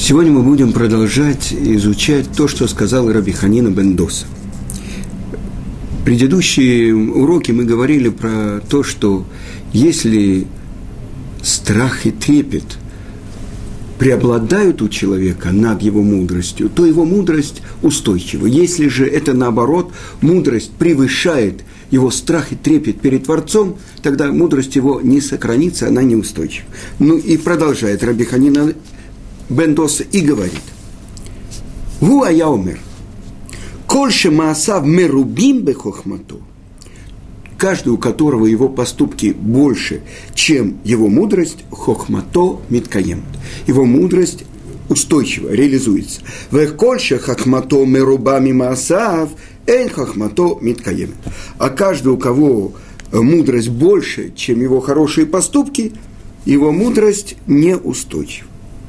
Сегодня мы будем продолжать изучать то, что сказал Раби Ханина бен Доса. В предыдущие уроки мы говорили про то, что если страх и трепет преобладают у человека над его мудростью, то его мудрость устойчива. Если же это наоборот, мудрость превышает его страх и трепет перед Творцом, тогда мудрость его не сохранится, она неустойчива. Ну и продолжает Раби Ханина бен Доса и говорит: «Гу аяомер, кольше маасав мерубим бехохмато». Каждый, у которого его поступки больше, чем его мудрость, хохмато миткаем. Его мудрость устойчиво реализуется. Вех кольше хохмато мерубами маасав, эль хохмато миткаем. А каждый, у кого мудрость больше, чем его хорошие поступки, его мудрость неустойчива.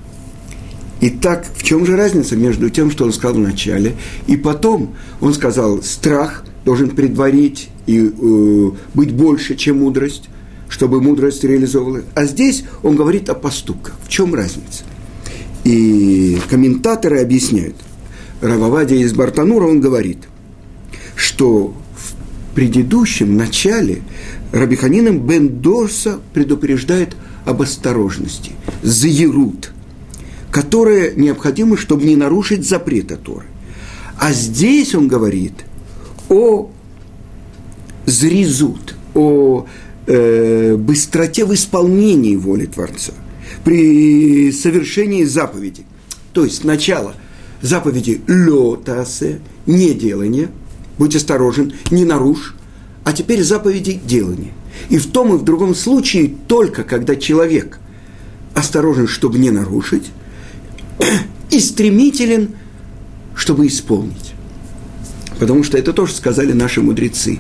Итак, в чем же разница между тем, что он сказал в начале, и потом он сказал, страх должен предварить и быть больше, чем мудрость, чтобы мудрость реализовывалась. А здесь он говорит о поступках. В чем разница? И комментаторы объясняют. Рав Овадия из Бартанура, он говорит, что в предыдущем начале Раби Ханина бен Доса предупреждает об осторожности, заирут, которое необходимо, чтобы не нарушить запрета Торы. А здесь он говорит о зризут, о быстроте в исполнении воли Творца при совершении заповеди. То есть сначала заповеди лё таасе, не делание, будь осторожен, не нарушь, а теперь заповеди делания. И в том и в другом случае только когда человек осторожен, чтобы не нарушить, и стремителен, чтобы исполнить. Потому что это тоже сказали наши мудрецы.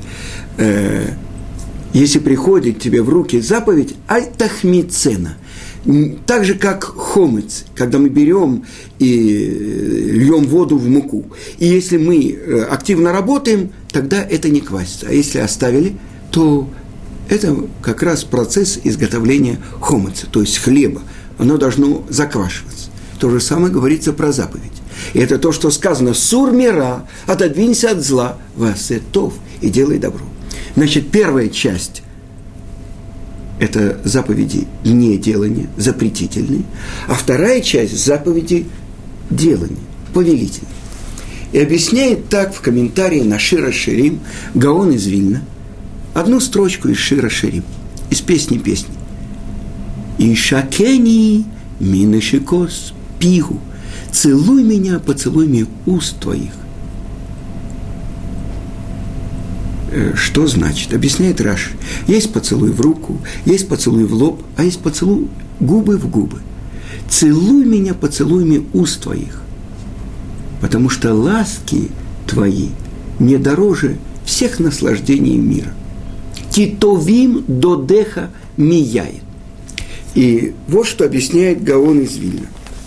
Если приходит тебе в руки заповедь, аль-тахмицена, так же, как хомец, когда мы берем и льем воду в муку. И если мы активно работаем, тогда это не квасится. А если оставили, то это как раз процесс изготовления хомеца, то есть хлеба. Оно должно заквашиваться. То же самое говорится про заповедь. И это то, что сказано: «Сур мира, отодвинься от зла, васетов, и делай добро». Значит, первая часть – это заповеди неделания, запретительные, а вторая часть – заповеди делания, повелительные. И объясняет так в комментарии на Шир ха-Ширим Гаон из Вильна одну строчку из Шир ха-Ширим, из песни. «И шакени минешикос пигу, целуй меня поцелуями уст твоих». Что значит? Объясняет Раши. Есть поцелуй в руку, есть поцелуй в лоб, а есть поцелуй губы в губы. Целуй меня поцелуями уст твоих, потому что ласки твои не дороже всех наслаждений мира. Титовим додеха мияет. И вот что объясняет Гаон из Вильна.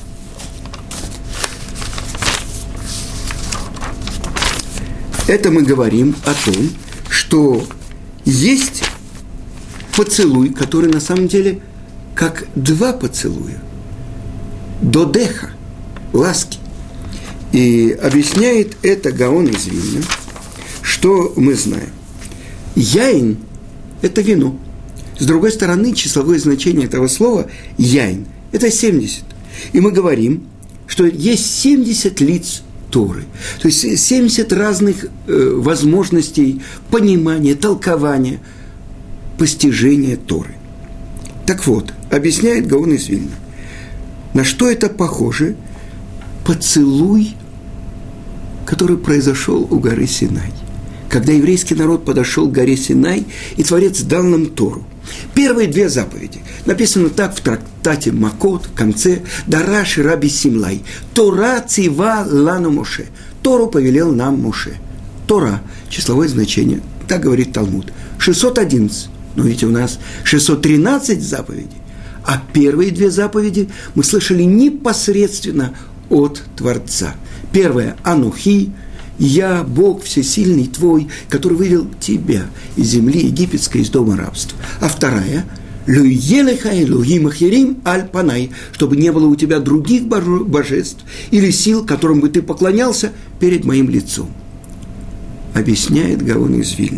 Это мы говорим о том, что есть поцелуй, который на самом деле как два поцелуя. Додеха, ласки. И объясняет это Гаон из Вильна, что мы знаем. Яин – это вино. С другой стороны, числовое значение этого слова яин – это 70. И мы говорим, что есть 70 лиц Торы. То есть 70 разных возможностей понимания, толкования, постижения Торы. Так вот, объясняет Гаон из Вильна, на что это похоже? Поцелуй, который произошел у горы Синай. Когда еврейский народ подошел к горе Синай, и Творец дал нам Тору. Первые две заповеди. Написано так в трактате Макот, в конце: «Дараши раби Симлай, Тора цива лану Моше». Тору повелел нам Моше. Тора, числовое значение, так говорит Талмуд, 611. Но ведь у нас 613 заповедей. А первые две заповеди мы слышали непосредственно от Творца. Первая – «Анухи», «Я, Бог всесильный твой, который вывел тебя из земли египетской, из дома рабства». А вторая «Люелеха элохим ахирим аль панай», чтобы не было у тебя других божеств или сил, которым бы ты поклонялся перед моим лицом. Объясняет Гаон из Вильна.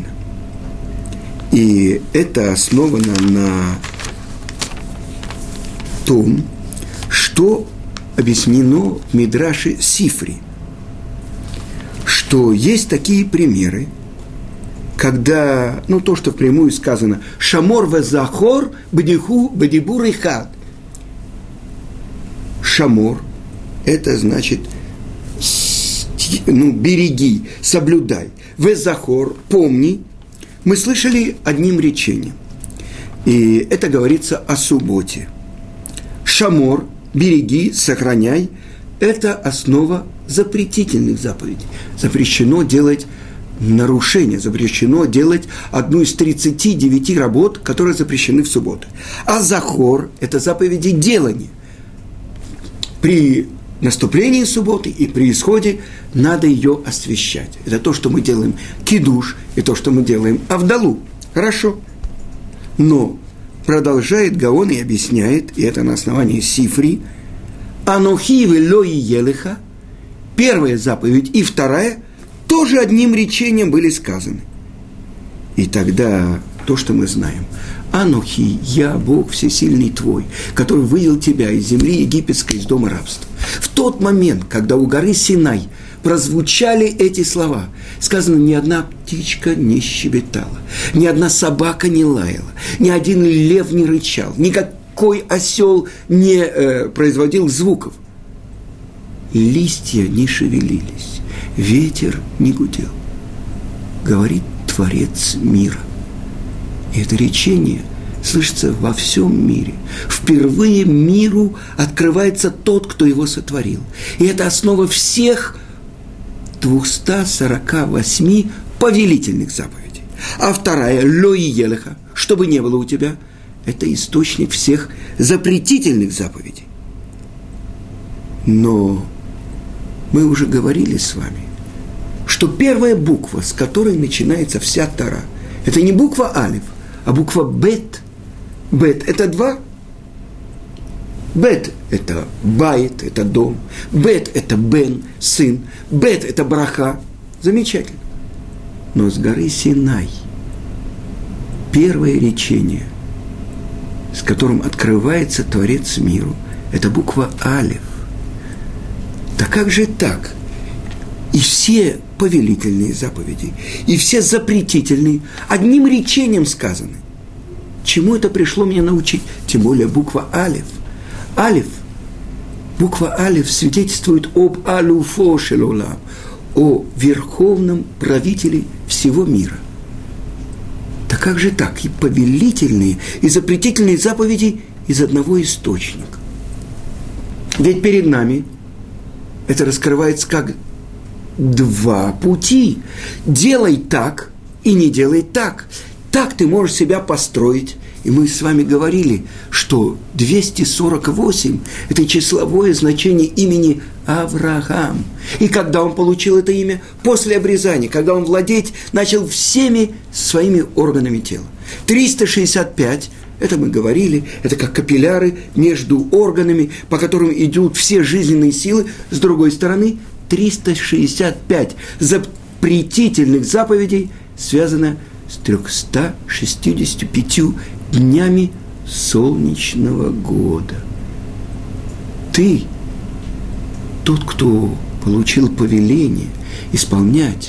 И это основано на том, что объяснено в Мидраше Сифри, что есть такие примеры, когда, то, что впрямую сказано, «Шамор везахор бдиху бдибур и хад». Шамор – это значит береги, соблюдай. Везахор – помни. Мы слышали одним речением. И это говорится о субботе. Шамор – береги, сохраняй – это основа запретительных заповедей. Запрещено делать нарушение, запрещено делать одну из 39 работ, которые запрещены в субботу. А захор – это заповеди делания. При наступлении субботы и при исходе надо ее освящать. Это то, что мы делаем кидуш, и то, что мы делаем авдалу. Хорошо. Но продолжает Гаон и объясняет, и это на основании Сифри, «Анохи вело и елеха», первая заповедь и вторая, тоже одним речением были сказаны. И тогда то, что мы знаем, «Анохи, я, Бог всесильный твой, который вывел тебя из земли египетской, из дома рабства». В тот момент, когда у горы Синай прозвучали эти слова, сказано, ни одна птичка не щебетала, ни одна собака не лаяла, ни один лев не рычал, никакой осел не производил звуков. Листья не шевелились, ветер не гудел. Говорит Творец мира. И это речение слышится во всем мире. Впервые миру открывается тот, кто его сотворил. И это основа всех 248 повелительных заповедей. А вторая, «Ло и елеха», чтобы не было у тебя, это источник всех запретительных заповедей. Но мы уже говорили с вами, что первая буква, с которой начинается вся Тора, это не буква Алиф, а буква Бет. Бет – это два. Бет – это байт, это дом. Бет – это бен, сын. Бет – это браха. Замечательно. Но с горы Синай первое речение, с которым открывается Творец миру, это буква Алиф. Так как же так? И все повелительные заповеди, и все запретительные одним речением сказаны. Чему это пришло меня научить? Тем более буква Алиф. Алиф, буква Алиф свидетельствует об алуфо шел олам, о верховном правителе всего мира. Так как же так? И повелительные, и запретительные заповеди из одного источника. Ведь перед нами это раскрывается как два пути. Делай так и не делай так. Так ты можешь себя построить. И мы с вами говорили, что 248 – это числовое значение имени Авраам. И когда он получил это имя? После обрезания, когда он владеть начал всеми своими органами тела. 365 – это мы говорили, это как капилляры между органами, по которым идут все жизненные силы. С другой стороны, 365 запретительных заповедей связано с 365 днями солнечного года. Ты, тот, кто получил повеление исполнять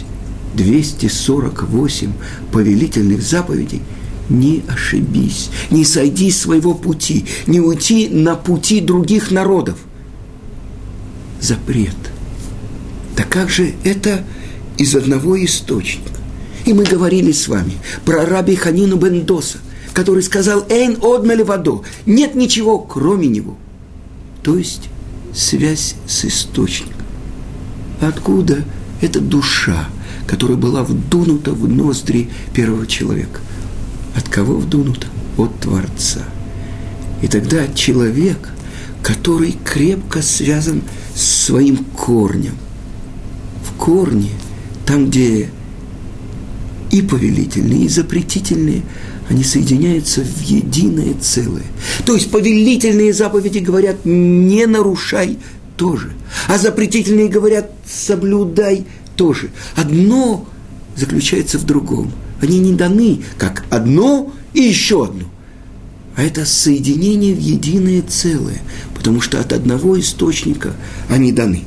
248 повелительных заповедей, не ошибись, не сойди с своего пути, не уйти на пути других народов. Запрет. Так как же это из одного источника? И мы говорили с вами про раби Ханину бен Доса, который сказал «Эйн одмеле вадо», нет ничего, кроме него. То есть связь с источником. Откуда эта душа, которая была вдунута в ноздри первого человека? От кого вдунута? От Творца. И тогда человек, который крепко связан с своим корнем. В корне, там, где и повелительные, и запретительные, они соединяются в единое целое. То есть повелительные заповеди говорят «не нарушай» тоже, а запретительные говорят «соблюдай» тоже. Одно заключается в другом. Они не даны как одно и еще одно. А это соединение в единое целое, потому что от одного источника они даны.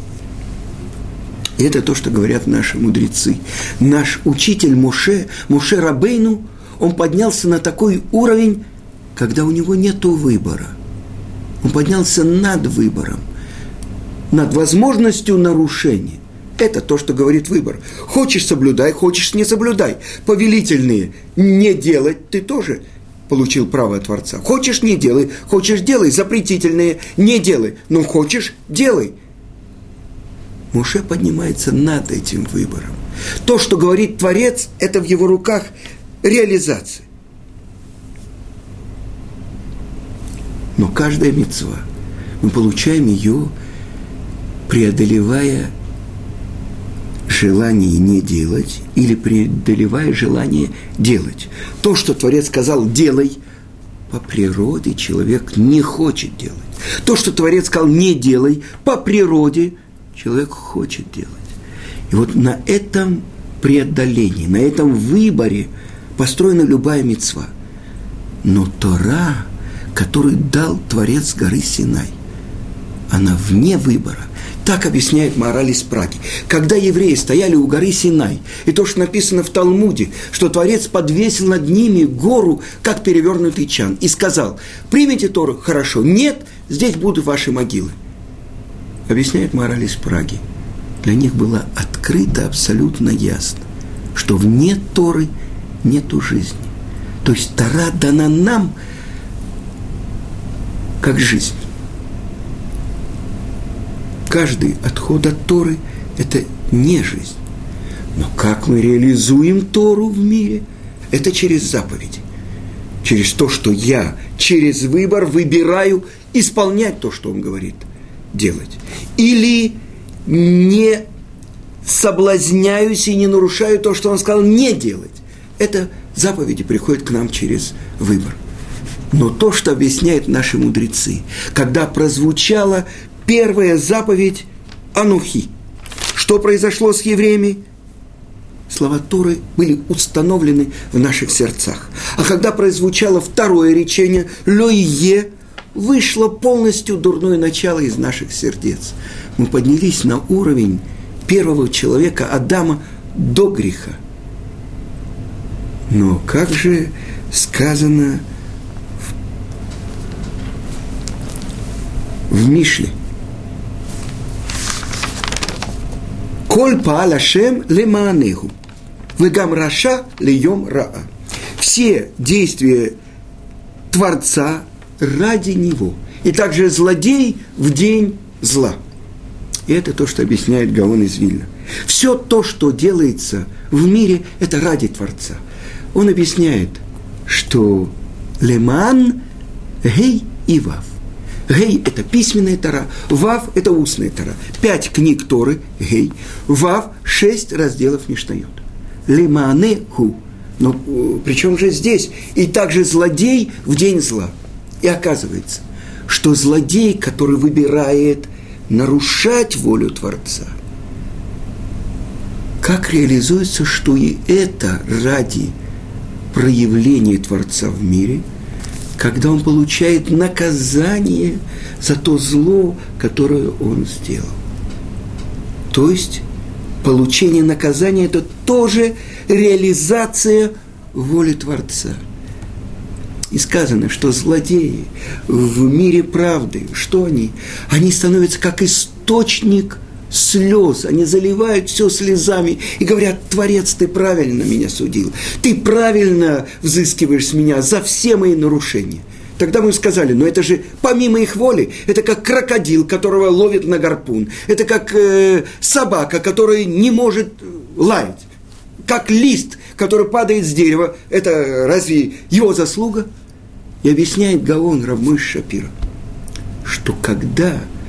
И это то, что говорят наши мудрецы. Наш учитель Моше Рабейну, он поднялся на такой уровень, когда у него нет выбора. Он поднялся над выбором, над возможностью нарушения. Это то, что говорит выбор. Хочешь – соблюдай, хочешь – не соблюдай. Повелительные – не делать, ты тоже получил право от Творца. Хочешь – не делай, хочешь – делай. Запретительные – не делай, но хочешь – делай. Моше поднимается над этим выбором. То, что говорит Творец, это в его руках реализация. Но каждая мицва, мы получаем ее, преодолевая желание не делать или преодолевая желание делать. То, что Творец сказал «делай», по природе человек не хочет делать. То, что Творец сказал «не делай», по природе человек хочет делать. И вот на этом преодолении, на этом выборе построена любая мицва. Но Тора, которую дал Творец горы Синай, она вне выбора. Так объясняет Маораль из Праги. Когда евреи стояли у горы Синай, и то, что написано в Талмуде, что Творец подвесил над ними гору, как перевернутый чан, и сказал: примите Тору, хорошо, нет, здесь будут ваши могилы. Объясняет Маораль из Праги. Для них было открыто, абсолютно ясно, что вне Торы нету жизни. То есть Тора дана нам как жизнь. Каждый отход от Торы – это не жизнь. Но как мы реализуем Тору в мире? Это через заповеди. Через то, что я через выбор выбираю исполнять то, что он говорит делать. Или не соблазняюсь и не нарушаю то, что он сказал не делать. Это заповеди приходят к нам через выбор. Но то, что объясняют наши мудрецы, когда прозвучала первая заповедь Анухи, что произошло с евреями? Слова Торы были установлены в наших сердцах. А когда прозвучало второе речение «Ло-е», вышло полностью дурное начало из наших сердец. Мы поднялись на уровень первого человека, Адама, до греха. Но как же сказано в Мишле? «Коль пааль Ашем лемаанеху, вегам раша лейом раа». Все действия Творца ради Него. И также злодей в день зла. И это то, что объясняет Гаон из Вильна. Все то, что делается в мире, это ради Творца. Он объясняет, что леман, гей и вав. Гей – это письменная Тора, вав – это устная Тора. 5 книг Торы, гей, вав – 6 разделов Мишнайот. Лемаанеху. Но причем же здесь? И также злодей в день зла. И оказывается, что злодей, который выбирает нарушать волю Творца, как реализуется, что и это ради проявления Творца в мире, когда он получает наказание за то зло, которое он сделал. То есть получение наказания – это тоже реализация воли Творца. И сказано, что злодеи в мире правды, что они? Они становятся как источник слез, они заливают все слезами и говорят: Творец, ты правильно меня судил, ты правильно взыскиваешь с меня за все мои нарушения. Тогда мы сказали: но это же помимо их воли, это как крокодил, которого ловит на гарпун, это как собака, которая не может лаять, как лист, который падает с дерева, это разве его заслуга? И объясняет Гаон Рав Мойше Шапира, что когда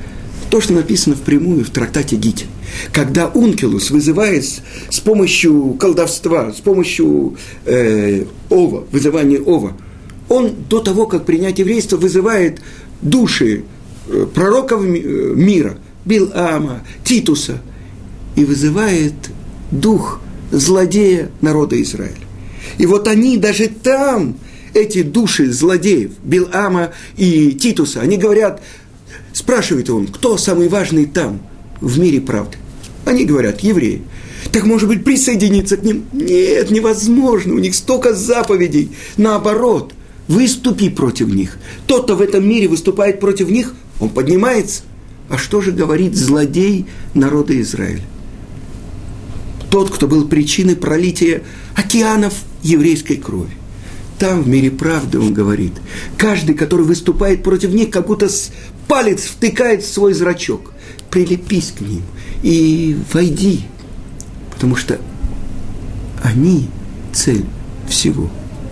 То, что написано впрямую в трактате Гитин. Когда Ункилус вызывает с помощью колдовства, с помощью ова, вызывания ова, он до того, как принять еврейство, вызывает души пророков мира, Билама, Титуса, и вызывает дух злодея народа Израиля. И вот они даже там, эти души злодеев, Билама и Титуса, они говорят, спрашивает он, кто самый важный там, в мире правды? Они говорят, евреи. Так, может быть, присоединиться к ним? Нет, невозможно, у них столько заповедей. Наоборот, выступи против них. Тот, кто в этом мире выступает против них, он поднимается. А что же говорит злодей народа Израиля? Тот, кто был причиной пролития океанов еврейской крови. Там, в мире правды, он говорит, каждый, который выступает против них, как будто палец втыкает в свой зрачок. Прилепись к ним и войди, потому что они цель всего.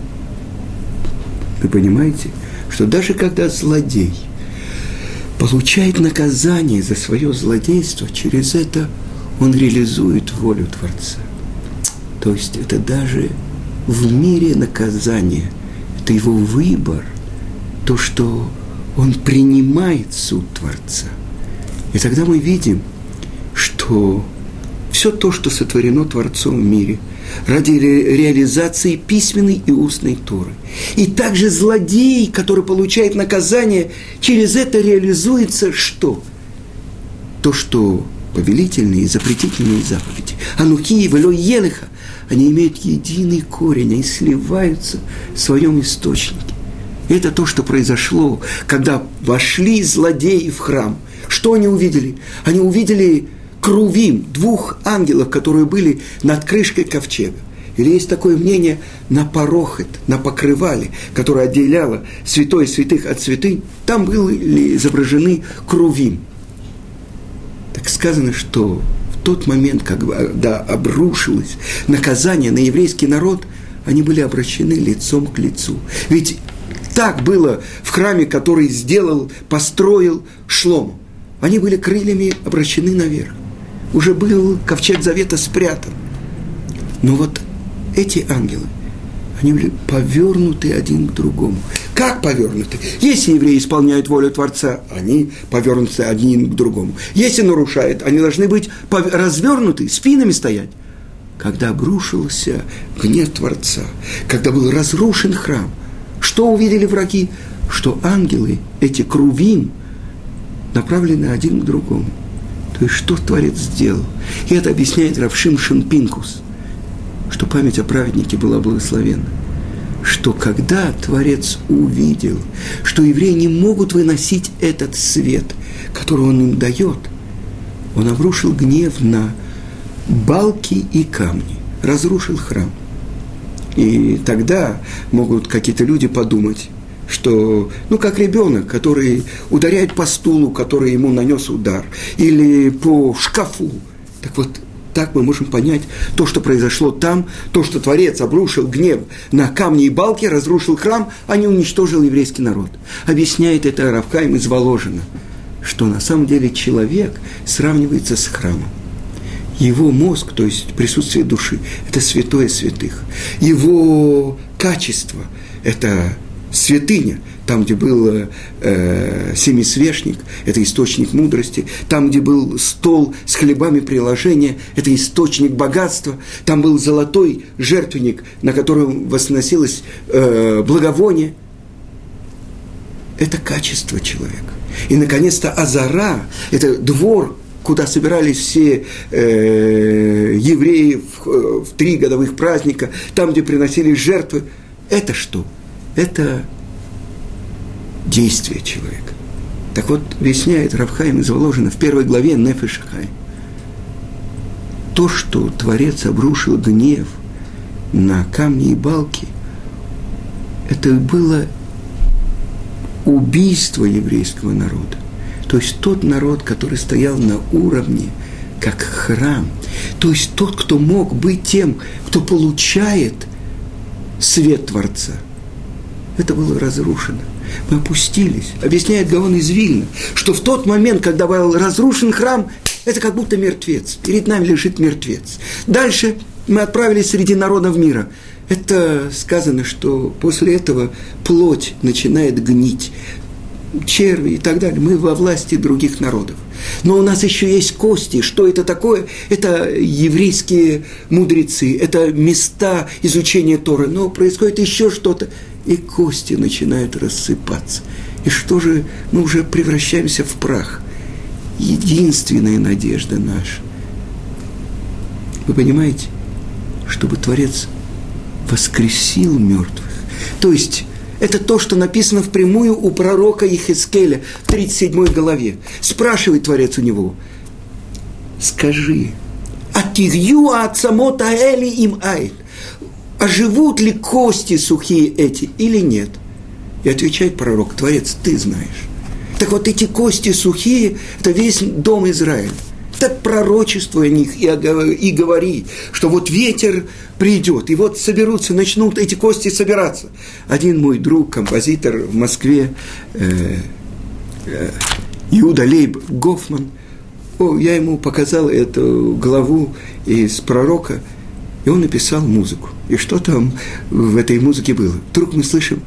Вы понимаете, что даже когда злодей получает наказание за свое злодейство, через это он реализует волю Творца. То есть это даже в мире наказания, это его выбор, то, что он принимает суд Творца. И тогда мы видим, что все то, что сотворено Творцом в мире, ради реализации письменной и устной Торы. И также злодей, который получает наказание, через это реализуется что? То, что повелительные и запретительные заповеди, анухи, вело елеха, они имеют единый корень, они сливаются в своем источнике. И это то, что произошло, когда вошли злодеи в храм. Что они увидели? Они увидели крувим, двух ангелов, которые были над крышкой ковчега. Или есть такое мнение, на парохет, на покрывале, которое отделяло святое святых от святынь, там были изображены крувим. Так сказано, что в тот момент, когда обрушилось наказание на еврейский народ, они были обращены лицом к лицу. Ведь так было в храме, который построил Шломо. Они были крыльями обращены наверх. Уже был ковчег завета спрятан. Но вот эти ангелы, они были повернуты один к другому. Как повернуты? Если евреи исполняют волю Творца, они повернуты один к другому. Если нарушают, они должны быть развернуты, спинами стоять. Когда обрушился гнев Творца, когда был разрушен храм, что увидели враги? Что ангелы, эти крувим, направлены один к другому. То есть, что Творец сделал? И это объясняет Рав Шимшон Пинкус, что память о праведнике была благословенна. Что когда Творец увидел, что евреи не могут выносить этот свет, который он им дает, он обрушил гнев на балки и камни, разрушил храм. И тогда могут какие-то люди подумать, что, как ребенок, который ударяет по стулу, который ему нанес удар, или по шкафу. Так вот, так мы можем понять то, что произошло там, то, что Творец обрушил гнев на камни и балки, разрушил храм, а не уничтожил еврейский народ. Объясняет это Рав Хаим из Воложина, что на самом деле человек сравнивается с храмом. Его мозг, то есть присутствие души, это святое святых. Его качество – это святыня, там, где был семисвешник, это источник мудрости, там, где был стол с хлебами приложения, это источник богатства, там был золотой жертвенник, на котором возносилось благовоние. Это качество человека. И, наконец-то, Азара – это двор, куда собирались все евреи в 3 годовых праздника, там, где приносили жертвы. Это что? Это действие человека. Так вот, объясняет Рав Хаим из Воложина в 1 главе Нефеш Хаим. То, что Творец обрушил гнев на камни и балки, это было убийство еврейского народа. То есть тот народ, который стоял на уровне, как храм. То есть тот, кто мог быть тем, кто получает свет Творца. Это было разрушено. Мы опустились. Объясняет Гаон из Вильна, что в тот момент, когда был разрушен храм, это как будто мертвец. Перед нами лежит мертвец. Дальше мы отправились среди народов мира. Это сказано, что после этого плоть начинает гнить. Черви и так далее. Мы во власти других народов. Но у нас еще есть кости. Что это такое? Это еврейские мудрецы, это места изучения Торы. Но происходит еще что-то, и кости начинают рассыпаться. И что же? Мы уже превращаемся в прах. Единственная надежда наша. Вы понимаете? Чтобы Творец воскресил мертвых. То есть, это то, что написано впрямую у пророка Йехескеля в 37 главе. Спрашивает Творец у него: скажи, атирью ацамот аэли им айт, а живут ли кости сухие эти или нет? И отвечает пророк: Творец, ты знаешь. Так вот, эти кости сухие – это весь дом Израиля. Так пророчествуй о них и говори, что вот ветер придет, и вот соберутся, начнут эти кости собираться. Один мой друг, композитор в Москве, Иуда Лейб Гофман, я ему показал эту главу из пророка, и он написал музыку. И что там в этой музыке было? Вдруг мы слышим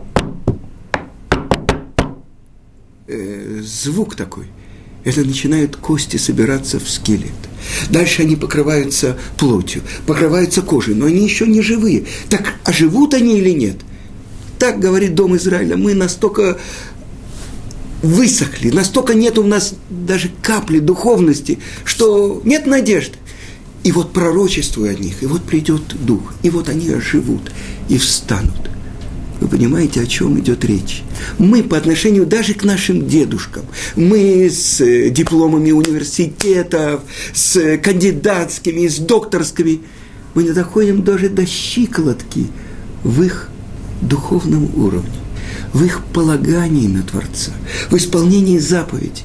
звук такой. Это начинают кости собираться в скелет. Дальше они покрываются плотью, покрываются кожей, но они еще не живые. Так, а живут они или нет? Так говорит Дом Израиля. Мы настолько высохли, настолько нет у нас даже капли духовности, что нет надежды. И вот пророчествуя о них, и вот придет Дух, и вот они оживут и встанут. Вы понимаете, о чем идет речь? Мы по отношению даже к нашим дедушкам, мы с дипломами университетов, с кандидатскими, с докторскими, мы не доходим даже до щиколотки в их духовном уровне, в их полагании на Творца, в исполнении заповедей.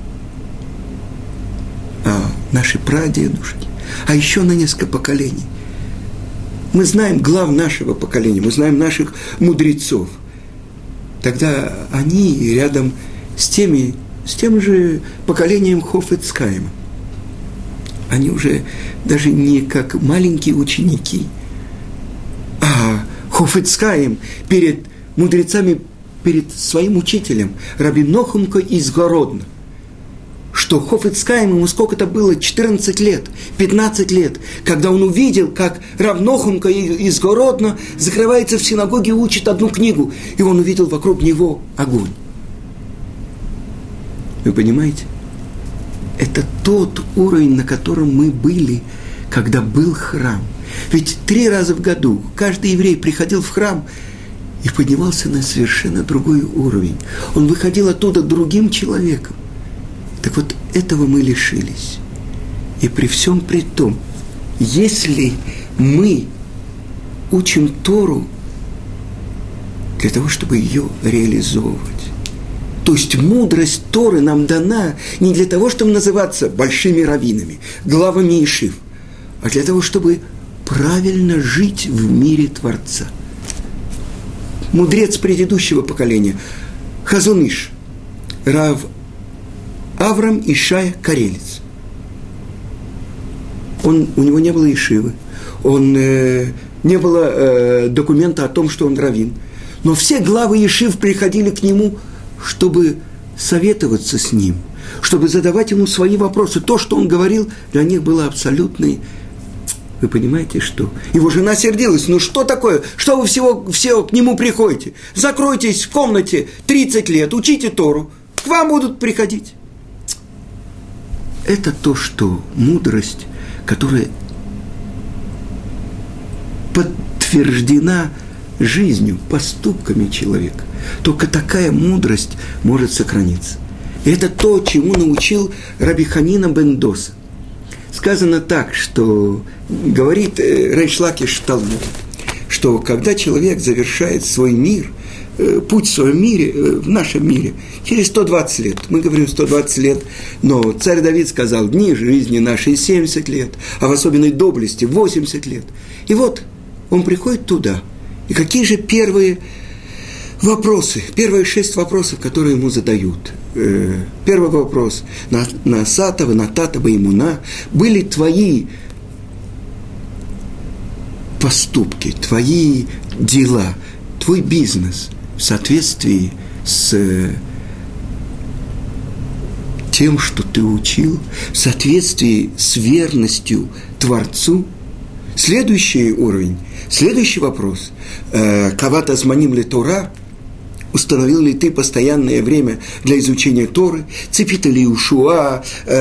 А наши прадедушки, а еще на несколько поколений. Мы знаем глав нашего поколения, мы знаем наших мудрецов. Тогда они рядом с тем же поколением Хофец Хаима. Они уже даже не как маленькие ученики, а Хофец Хаим перед мудрецами, перед своим учителем, Раби Нохумка из Городна, что Хофец Хаим, ему сколько-то было, 14 лет, 15 лет, когда он увидел, как Рав Нохумка из Городна закрывается в синагоге и учит одну книгу, и он увидел вокруг него огонь. Вы понимаете? Это тот уровень, на котором мы были, когда был храм. Ведь 3 раза в году каждый еврей приходил в храм и поднимался на совершенно другой уровень. Он выходил оттуда другим человеком. Так вот, этого мы лишились. И при всем при том, если мы учим Тору для того, чтобы ее реализовывать, то есть мудрость Торы нам дана не для того, чтобы называться большими раввинами, главами ешив, а для того, чтобы правильно жить в мире Творца. Мудрец предыдущего поколения, Хазон Иш, Рав Аврам Ишая Карелец. У него не было ешивы, не было документа о том, что он раввин. Но все главы ешив приходили к нему, чтобы советоваться с ним, чтобы задавать ему свои вопросы. То, что он говорил, для них было абсолютной. Вы понимаете, что? Его жена сердилась. Ну что такое? Что вы все к нему приходите? Закройтесь в комнате 30 лет, учите Тору. К вам будут приходить. Это то, что мудрость, которая подтверждена жизнью, поступками человека. Только такая мудрость может сохраниться. И это то, чему научил Раби Ханина бен Доса. Сказано так, что говорит Рейш Лакиш в Талмуде, что когда человек завершает свой мир, путь в своем мире, в нашем мире, через 120 лет, мы говорим 120 лет, но царь Давид сказал, дни жизни нашей 70 лет, а в особенной доблести 80 лет. И вот он приходит туда, и какие же первые Вопросы. Первые 6 вопросов, которые ему задают. Первый вопрос. Насатова, Нататова, Имуна. Были твои поступки, твои дела, твой бизнес в соответствии с тем, что ты учил, в соответствии с верностью Творцу? Следующий уровень, следующий вопрос. Кавата зманим ли Тора? Установил ли ты постоянное время для изучения Торы? Цепита ли Ушуа?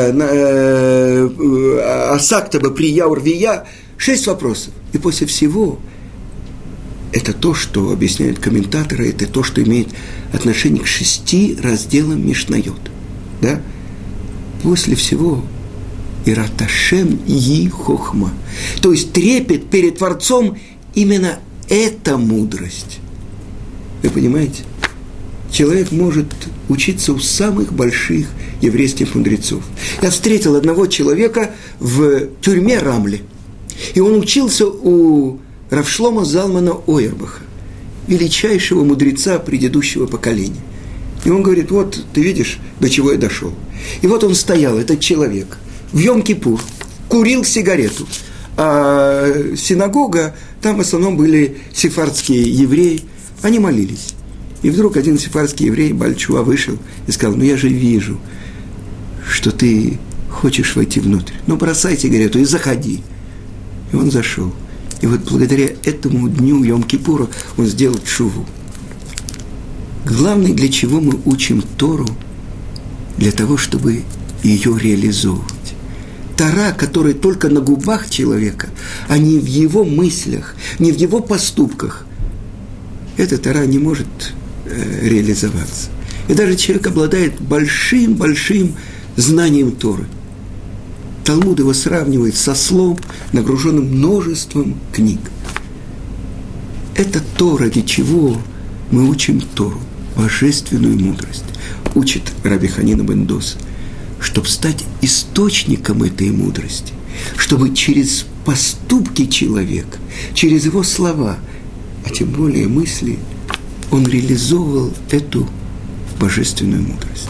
Асактаба прия урвия? 6 вопросов. И после всего, это то, что объясняют комментаторы, это то, что имеет отношение к 6 разделам Мишнайот. Да? После всего, Ираташем и хохма. То есть трепет перед Творцом, именно это мудрость. Вы понимаете? Человек может учиться у самых больших еврейских мудрецов. Я встретил одного человека в тюрьме Рамли. И он учился у Рав Шломо Залмана Ойербаха, величайшего мудреца предыдущего поколения. И он говорит, вот ты видишь, до чего я дошел. И вот он стоял, этот человек, в Йом-Кипур, курил сигарету. А синагога, там в основном были сефардские евреи, они молились. И вдруг один сефардский еврей, Баль-Чува, вышел и сказал, я же вижу, что ты хочешь войти внутрь. Бросай сигарету и заходи. И он зашел. И вот благодаря этому дню Йом-Кипура он сделал тшуву. Главное, для чего мы учим Тору? Для того, чтобы ее реализовывать. Тора, которая только на губах человека, а не в его мыслях, не в его поступках, эта Тора не может реализоваться. И даже человек обладает большим знанием Торы. Талмуд его сравнивает со слом, нагруженным множеством книг. Это то, ради чего мы учим Тору, божественную мудрость. Учит Раби Ханина бен Доса, чтобы стать источником этой мудрости, чтобы через поступки человека, через его слова, а тем более мысли, он реализовывал эту божественную мудрость.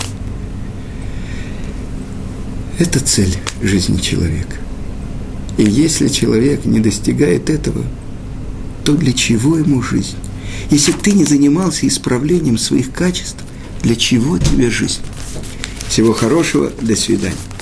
Это цель жизни человека. И если человек не достигает этого, то для чего ему жизнь? Если ты не занимался исправлением своих качеств, для чего тебе жизнь? Всего хорошего, до свидания.